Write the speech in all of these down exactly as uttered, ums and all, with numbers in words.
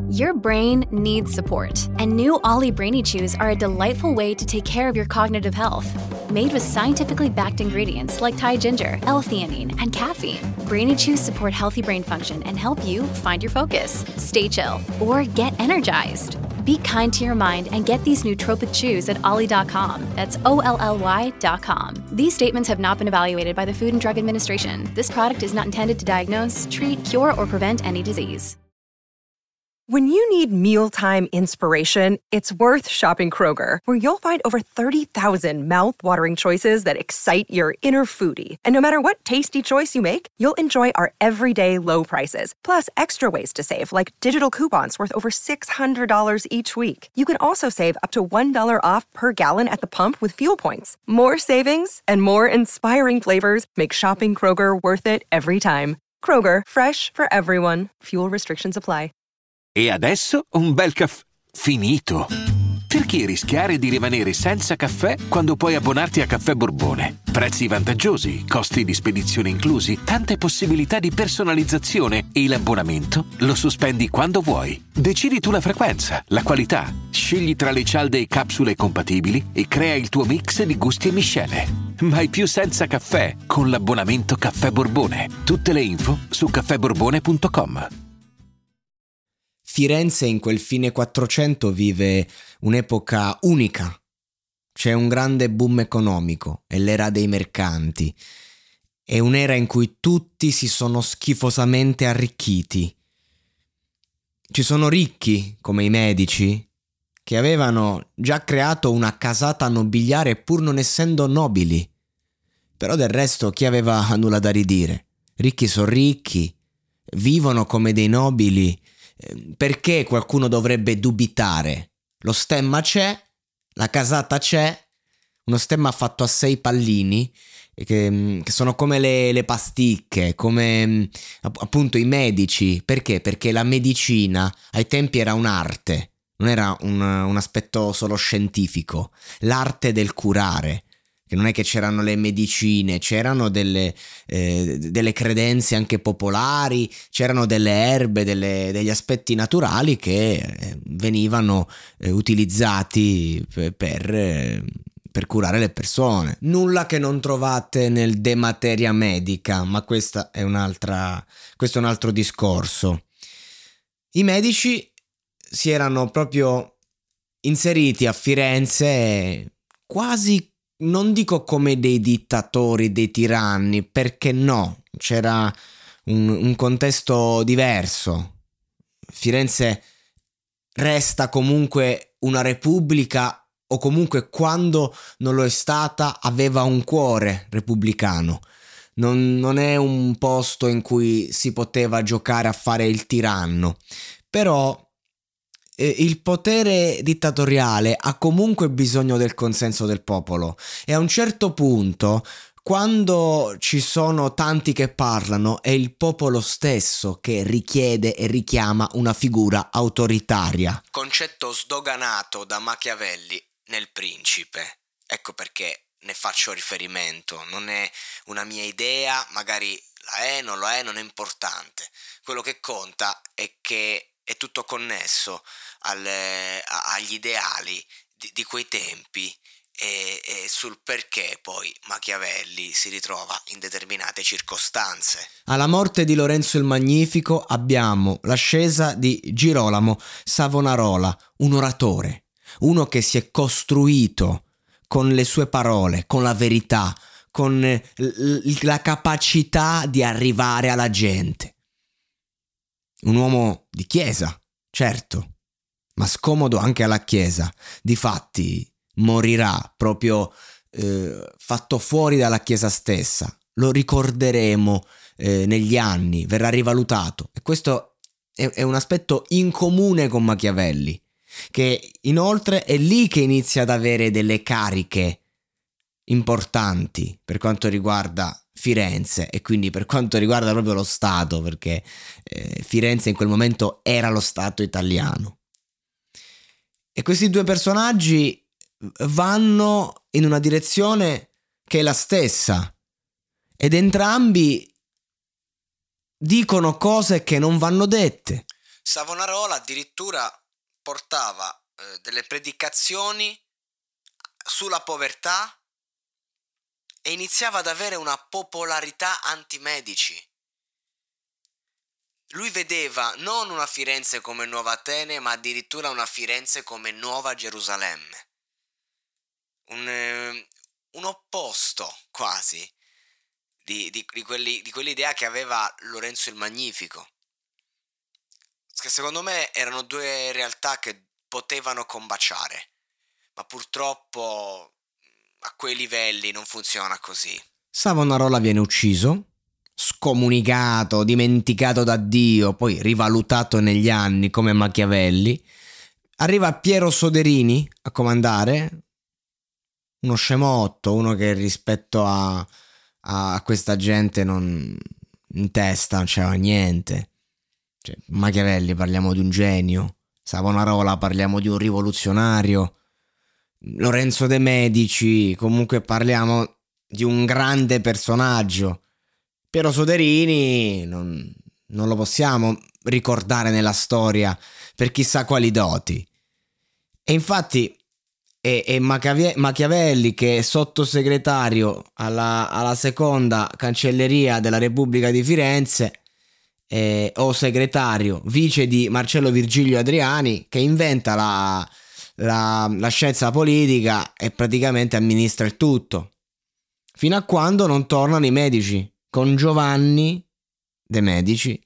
Your brain needs support, and new Ollie Brainy Chews are a delightful way to take care of your cognitive health. Made with scientifically backed ingredients like Thai ginger, L-theanine, and caffeine, Brainy Chews support healthy brain function and help you find your focus, stay chill, or get energized. Be kind to your mind and get these nootropic chews at ollie dot com. That's O L L Y dot com. These statements have not been evaluated by the Food and Drug Administration. This product is not intended to diagnose, treat, cure, or prevent any disease. When you need mealtime inspiration, it's worth shopping Kroger, where you'll find over thirty thousand mouth-watering choices that excite your inner foodie. And no matter what tasty choice you make, you'll enjoy our everyday low prices, plus extra ways to save, like digital coupons worth over six hundred dollars each week. You can also save up to one dollar off per gallon at the pump with fuel points. More savings and more inspiring flavors make shopping Kroger worth it every time. Kroger, fresh for everyone. Fuel restrictions apply. E adesso un bel caffè finito. Perché rischiare di rimanere senza caffè quando puoi abbonarti a Caffè Borbone? Prezzi vantaggiosi, costi di spedizione inclusi, tante possibilità di personalizzazione e l'abbonamento lo sospendi quando vuoi. Decidi tu la frequenza, la qualità, scegli tra le cialde e capsule compatibili e crea il tuo mix di gusti e miscele. Mai più senza caffè con l'abbonamento Caffè Borbone. Tutte le info su caffè borbone punto com. Firenze in quel fine Quattrocento vive un'epoca unica. C'è un grande boom economico, è l'era dei mercanti. È un'era in cui tutti si sono schifosamente arricchiti. Ci sono ricchi, come i Medici, che avevano già creato una casata nobiliare pur non essendo nobili. Però del resto chi aveva nulla da ridire? Ricchi sono ricchi, vivono come dei nobili. Perché qualcuno dovrebbe dubitare? Lo stemma c'è, la casata c'è, uno stemma fatto a sei pallini che, che sono come le, le pasticche, come appunto i Medici. Perché? Perché la medicina ai tempi era un'arte, non era un, un aspetto solo scientifico, l'arte del curare. Che non è che c'erano le medicine, c'erano delle, eh, delle credenze anche popolari, c'erano delle erbe, delle, degli aspetti naturali che eh, venivano eh, utilizzati per, per, eh, per curare le persone. Nulla che non trovate nel De Materia Medica, ma questa è un'altra, questo è un altro discorso. I Medici si erano proprio inseriti a Firenze quasi, non dico come dei dittatori, dei tiranni, perché no, c'era un, un contesto diverso. Firenze resta comunque una repubblica, o comunque quando non lo è stata aveva un cuore repubblicano. Non, non è un posto in cui si poteva giocare a fare il tiranno, però il potere dittatoriale ha comunque bisogno del consenso del popolo e a un certo punto, quando ci sono tanti che parlano, è il popolo stesso che richiede e richiama una figura autoritaria. Concetto sdoganato da Machiavelli nel Principe. Ecco perché ne faccio riferimento. Non è una mia idea, magari la è, non lo è, non è importante. Quello che conta è che è tutto connesso alle, agli ideali di, di quei tempi e, e sul perché poi Machiavelli si ritrova in determinate circostanze. Alla morte di Lorenzo il Magnifico abbiamo l'ascesa di Girolamo Savonarola, un oratore, uno che si è costruito con le sue parole, con la verità, con l- la capacità di arrivare alla gente. Un uomo di chiesa, certo, ma scomodo anche alla chiesa. Difatti morirà proprio eh, fatto fuori dalla chiesa stessa. Lo ricorderemo eh, negli anni, verrà rivalutato. E questo è, è un aspetto in comune con Machiavelli, che inoltre è lì che inizia ad avere delle cariche importanti per quanto riguarda Firenze e quindi per quanto riguarda proprio lo Stato, perché eh, Firenze in quel momento era lo Stato italiano. E questi due personaggi vanno in una direzione che è la stessa ed entrambi dicono cose che non vanno dette. Savonarola addirittura portava eh, delle predicazioni sulla povertà e iniziava ad avere una popolarità antimedici. Lui vedeva non una Firenze come Nuova Atene, ma addirittura una Firenze come Nuova Gerusalemme. Un, eh, un opposto quasi di, di, di, quelli, di quell'idea che aveva Lorenzo il Magnifico. Che secondo me erano due realtà che potevano combaciare, ma purtroppo a quei livelli non funziona così. Savonarola viene ucciso, scomunicato, dimenticato da Dio, poi rivalutato negli anni come Machiavelli. Arriva Piero Soderini a comandare, uno scemotto, uno che rispetto a, a questa gente non, in testa non c'era niente. Cioè, Machiavelli parliamo di un genio, Savonarola parliamo di un rivoluzionario, Lorenzo de' Medici comunque parliamo di un grande personaggio. Piero Soderini non, non lo possiamo ricordare nella storia per chissà quali doti. E infatti è, è Machiavelli che è sottosegretario alla, alla seconda cancelleria della Repubblica di Firenze eh, o segretario, vice di Marcello Virgilio Adriani, che inventa la, la, la scienza politica e praticamente amministra il tutto, fino a quando non tornano i Medici con Giovanni de' Medici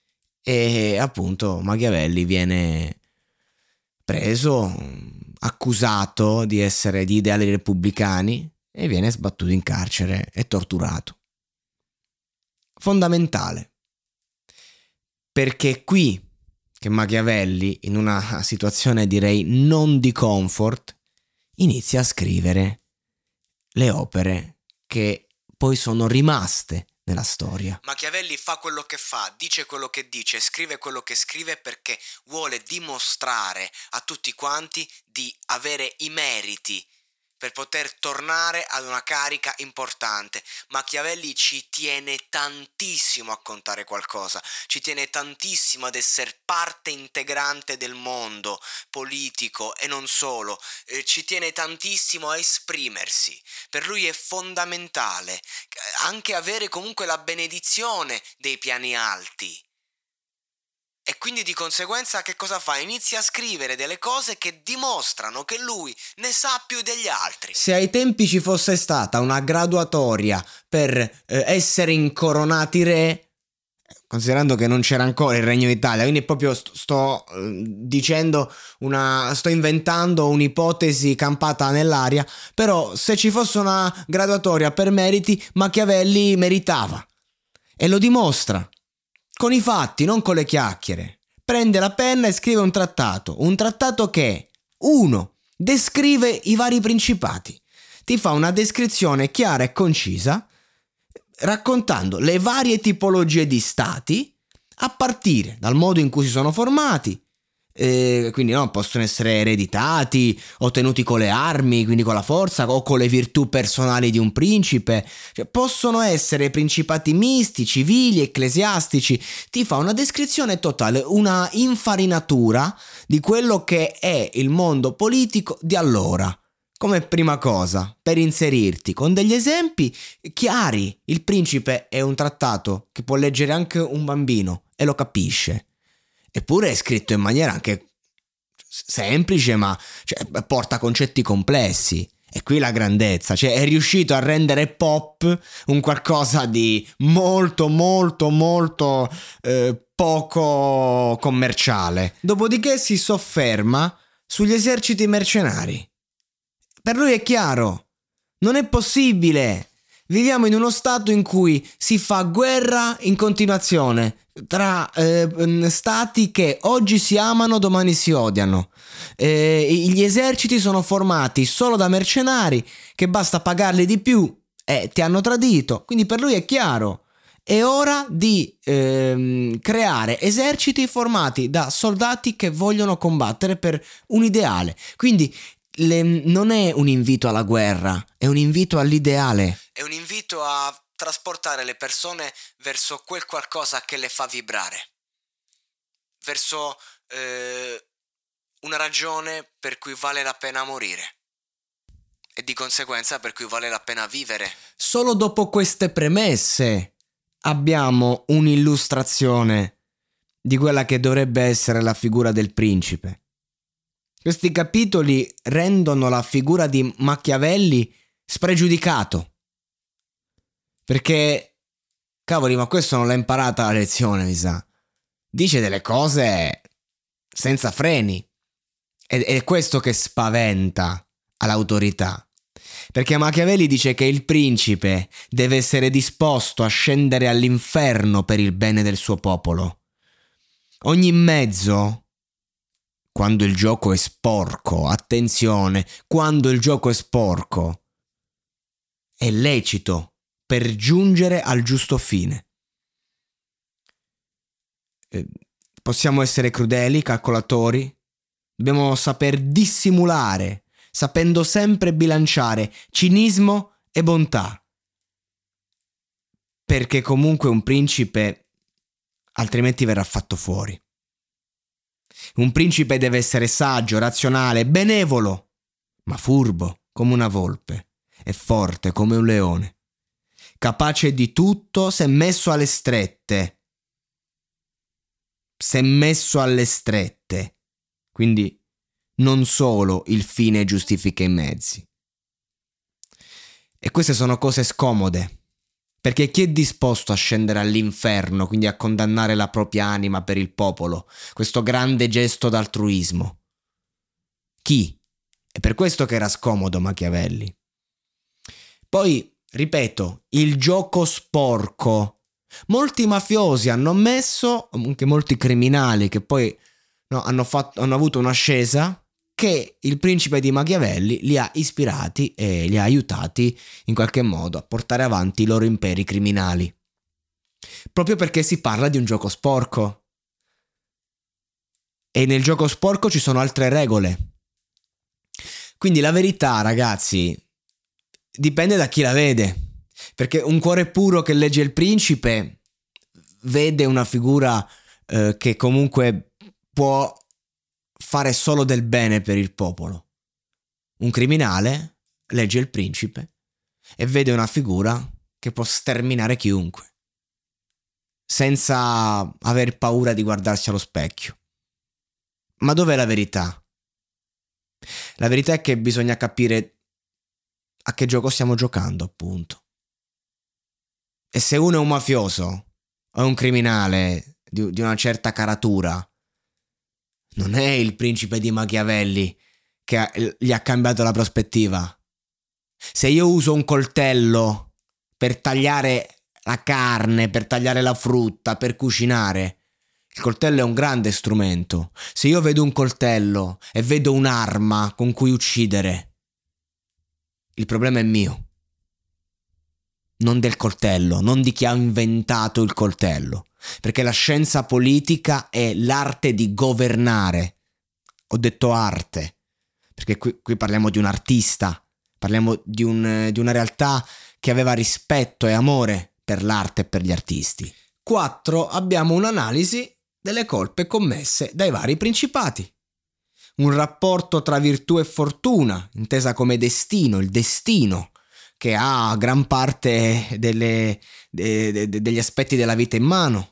e appunto Machiavelli viene preso, accusato di essere di ideali repubblicani e viene sbattuto in carcere e torturato. Fondamentale, perché è qui che Machiavelli, in una situazione direi non di comfort, inizia a scrivere le opere che poi sono rimaste nella storia. Machiavelli fa quello che fa, dice quello che dice, scrive quello che scrive perché vuole dimostrare a tutti quanti di avere i meriti per poter tornare ad una carica importante. Machiavelli ci tiene tantissimo a contare qualcosa, ci tiene tantissimo ad essere parte integrante del mondo politico e non solo, eh, ci tiene tantissimo a esprimersi. Per lui è fondamentale anche avere comunque la benedizione dei piani alti. E quindi di conseguenza che cosa fa? Inizia a scrivere delle cose che dimostrano che lui ne sa più degli altri. Se ai tempi ci fosse stata una graduatoria per eh, essere incoronati re, considerando che non c'era ancora il Regno d'Italia, quindi proprio sto, sto eh, dicendo una, sto inventando un'ipotesi campata nell'aria, però se ci fosse una graduatoria per meriti, Machiavelli meritava e lo dimostra. Con i fatti, non con le chiacchiere. Prende la penna e scrive un trattato. Un trattato che, uno, descrive i vari principati. Ti fa una descrizione chiara e concisa, raccontando le varie tipologie di stati, a partire dal modo in cui si sono formati. Eh, quindi no, possono essere ereditati, ottenuti con le armi, quindi con la forza, o con le virtù personali di un principe. Cioè, possono essere principati misti, civili, ecclesiastici. Ti fa una descrizione totale, una infarinatura di quello che è il mondo politico di allora. Come prima cosa, per inserirti con degli esempi chiari. Il Principe è un trattato che può leggere anche un bambino e lo capisce. Eppure è scritto in maniera anche semplice, ma cioè, porta concetti complessi. E qui la grandezza, cioè è riuscito a rendere pop un qualcosa di molto molto molto eh, poco commerciale. Dopodiché si sofferma sugli eserciti mercenari. Per lui è chiaro, non è possibile. Viviamo in uno stato in cui si fa guerra in continuazione tra eh, stati che oggi si amano, domani si odiano. Eh, gli eserciti sono formati solo da mercenari che basta pagarli di più e ti hanno tradito. Quindi per lui è chiaro, è ora di ehm, creare eserciti formati da soldati che vogliono combattere per un ideale. Quindi le, non è un invito alla guerra, è un invito all'ideale. È un invito a trasportare le persone verso quel qualcosa che le fa vibrare. verso eh, una ragione per cui vale la pena morire e di conseguenza per cui vale la pena vivere. Solo dopo queste premesse abbiamo un'illustrazione di quella che dovrebbe essere la figura del principe. Questi capitoli rendono la figura di Machiavelli spregiudicato. Perché, cavoli, ma questo non l'ha imparata la lezione, mi sa. Dice delle cose senza freni. Ed è questo che spaventa all'autorità. Perché Machiavelli dice che il principe deve essere disposto a scendere all'inferno per il bene del suo popolo. Ogni mezzo, quando il gioco è sporco, attenzione, quando il gioco è sporco, è lecito per giungere al giusto fine. Eh, possiamo essere crudeli, calcolatori, dobbiamo saper dissimulare, sapendo sempre bilanciare cinismo e bontà. Perché comunque un principe altrimenti verrà fatto fuori. Un principe deve essere saggio, razionale, benevolo, ma furbo come una volpe e forte come un leone, capace di tutto se messo alle strette. Se messo alle strette. Quindi non solo il fine giustifica i mezzi. E queste sono cose scomode. Perché chi è disposto a scendere all'inferno, quindi a condannare la propria anima per il popolo, questo grande gesto d'altruismo? Chi? È per questo che era scomodo Machiavelli. Poi, ripeto, il gioco sporco. Molti mafiosi hanno ammesso, anche molti criminali che poi no, hanno, fatto, hanno avuto un'ascesa, che il principe di Machiavelli li ha ispirati e li ha aiutati in qualche modo a portare avanti i loro imperi criminali. Proprio perché si parla di un gioco sporco. E nel gioco sporco ci sono altre regole. Quindi la verità, ragazzi, dipende da chi la vede. Perché un cuore puro che legge il principe vede una figura eh, che comunque può fare solo del bene per il popolo. Un criminale legge il principe e vede una figura che può sterminare chiunque, senza aver paura di guardarsi allo specchio. Ma dov'è la verità? La verità è che bisogna capire a che gioco stiamo giocando, appunto. E se uno è un mafioso o un criminale di, di una certa caratura, non è il principe di Machiavelli che ha, gli ha cambiato la prospettiva. Se io uso un coltello per tagliare la carne, per tagliare la frutta, per cucinare, il coltello è un grande strumento. Se io vedo un coltello e vedo un'arma con cui uccidere, il problema è mio. Non del coltello, non di chi ha inventato il coltello. Perché la scienza politica è l'arte di governare. Ho detto arte, perché qui, qui parliamo di un artista, parliamo di, un, di una realtà che aveva rispetto e amore per l'arte e per gli artisti. quattro. Abbiamo un'analisi delle colpe commesse dai vari principati. Un rapporto tra virtù e fortuna, intesa come destino, il destino, che ha gran parte delle, de, de, de, degli aspetti della vita in mano.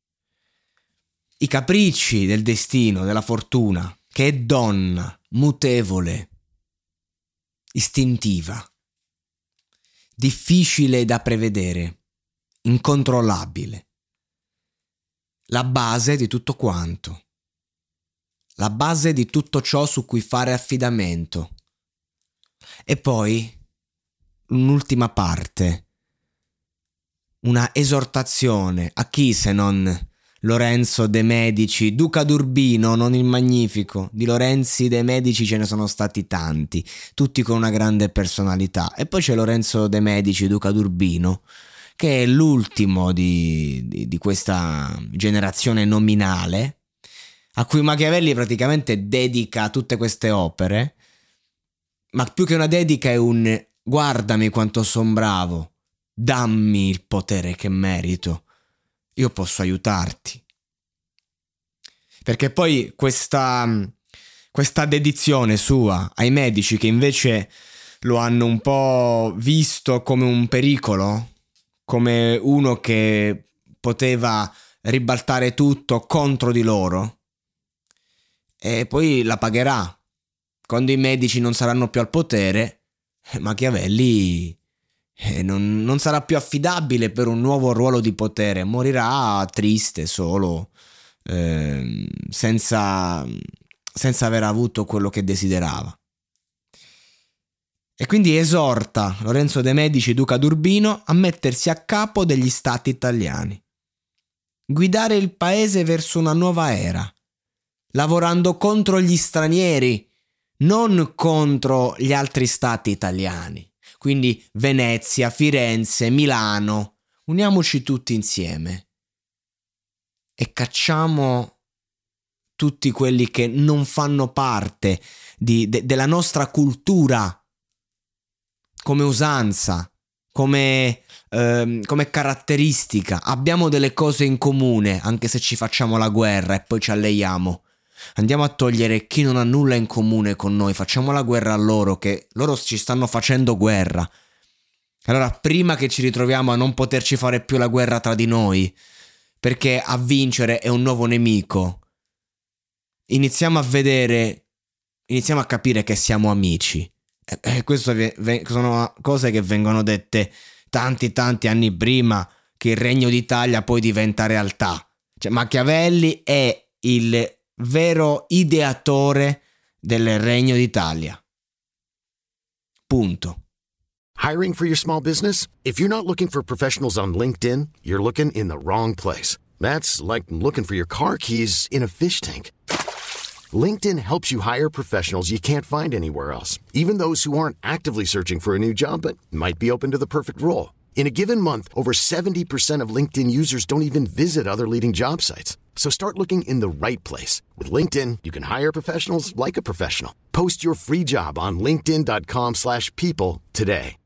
I capricci del destino, della fortuna, che è donna, mutevole, istintiva, difficile da prevedere, incontrollabile. La base di tutto quanto. La base di tutto ciò su cui fare affidamento. E poi un'ultima parte, una esortazione a chi se non Lorenzo de' Medici, duca d'Urbino, non il magnifico. Di Lorenzi de' Medici ce ne sono stati tanti, tutti con una grande personalità. E poi c'è Lorenzo de' Medici, duca d'Urbino, che è l'ultimo di, di, di questa generazione nominale, a cui Machiavelli praticamente dedica tutte queste opere, ma più che una dedica è un guardami quanto son bravo, dammi il potere che merito, io posso aiutarti. Perché poi questa, questa dedizione sua ai medici, che invece lo hanno un po' visto come un pericolo, come uno che poteva ribaltare tutto contro di loro, e poi la pagherà. Quando i medici non saranno più al potere, Machiavelli non, non sarà più affidabile per un nuovo ruolo di potere, morirà triste, solo, eh, senza, senza aver avuto quello che desiderava. E quindi esorta Lorenzo de' Medici, duca d'Urbino, a mettersi a capo degli stati italiani, guidare il paese verso una nuova era, lavorando contro gli stranieri, non contro gli altri stati italiani. Quindi Venezia, Firenze, Milano, uniamoci tutti insieme e cacciamo tutti quelli che non fanno parte di, de, della nostra cultura come usanza, come, ehm, come caratteristica. Abbiamo delle cose in comune, anche se ci facciamo la guerra e poi ci alleiamo. Andiamo a togliere chi non ha nulla in comune con noi, facciamo la guerra a loro, che loro ci stanno facendo guerra. Allora, prima che ci ritroviamo a non poterci fare più la guerra tra di noi, perché a vincere è un nuovo nemico, iniziamo a vedere, iniziamo a capire che siamo amici. E, e queste sono cose che vengono dette tanti tanti anni prima che il Regno d'Italia poi diventa realtà. Cioè, Machiavelli è il vero ideatore del Regno d'Italia. Punto. Hiring for your small business? If you're not looking for professionals on LinkedIn, you're looking in the wrong place. That's like looking for your car keys in a fish tank. LinkedIn helps you hire professionals you can't find anywhere else, even those who aren't actively searching for a new job but might be open to the perfect role. In a given month, over seventy percent of LinkedIn users don't even visit other leading job sites. So start looking in the right place. With LinkedIn, you can hire professionals like a professional. Post your free job on linkedin dot com slash people today.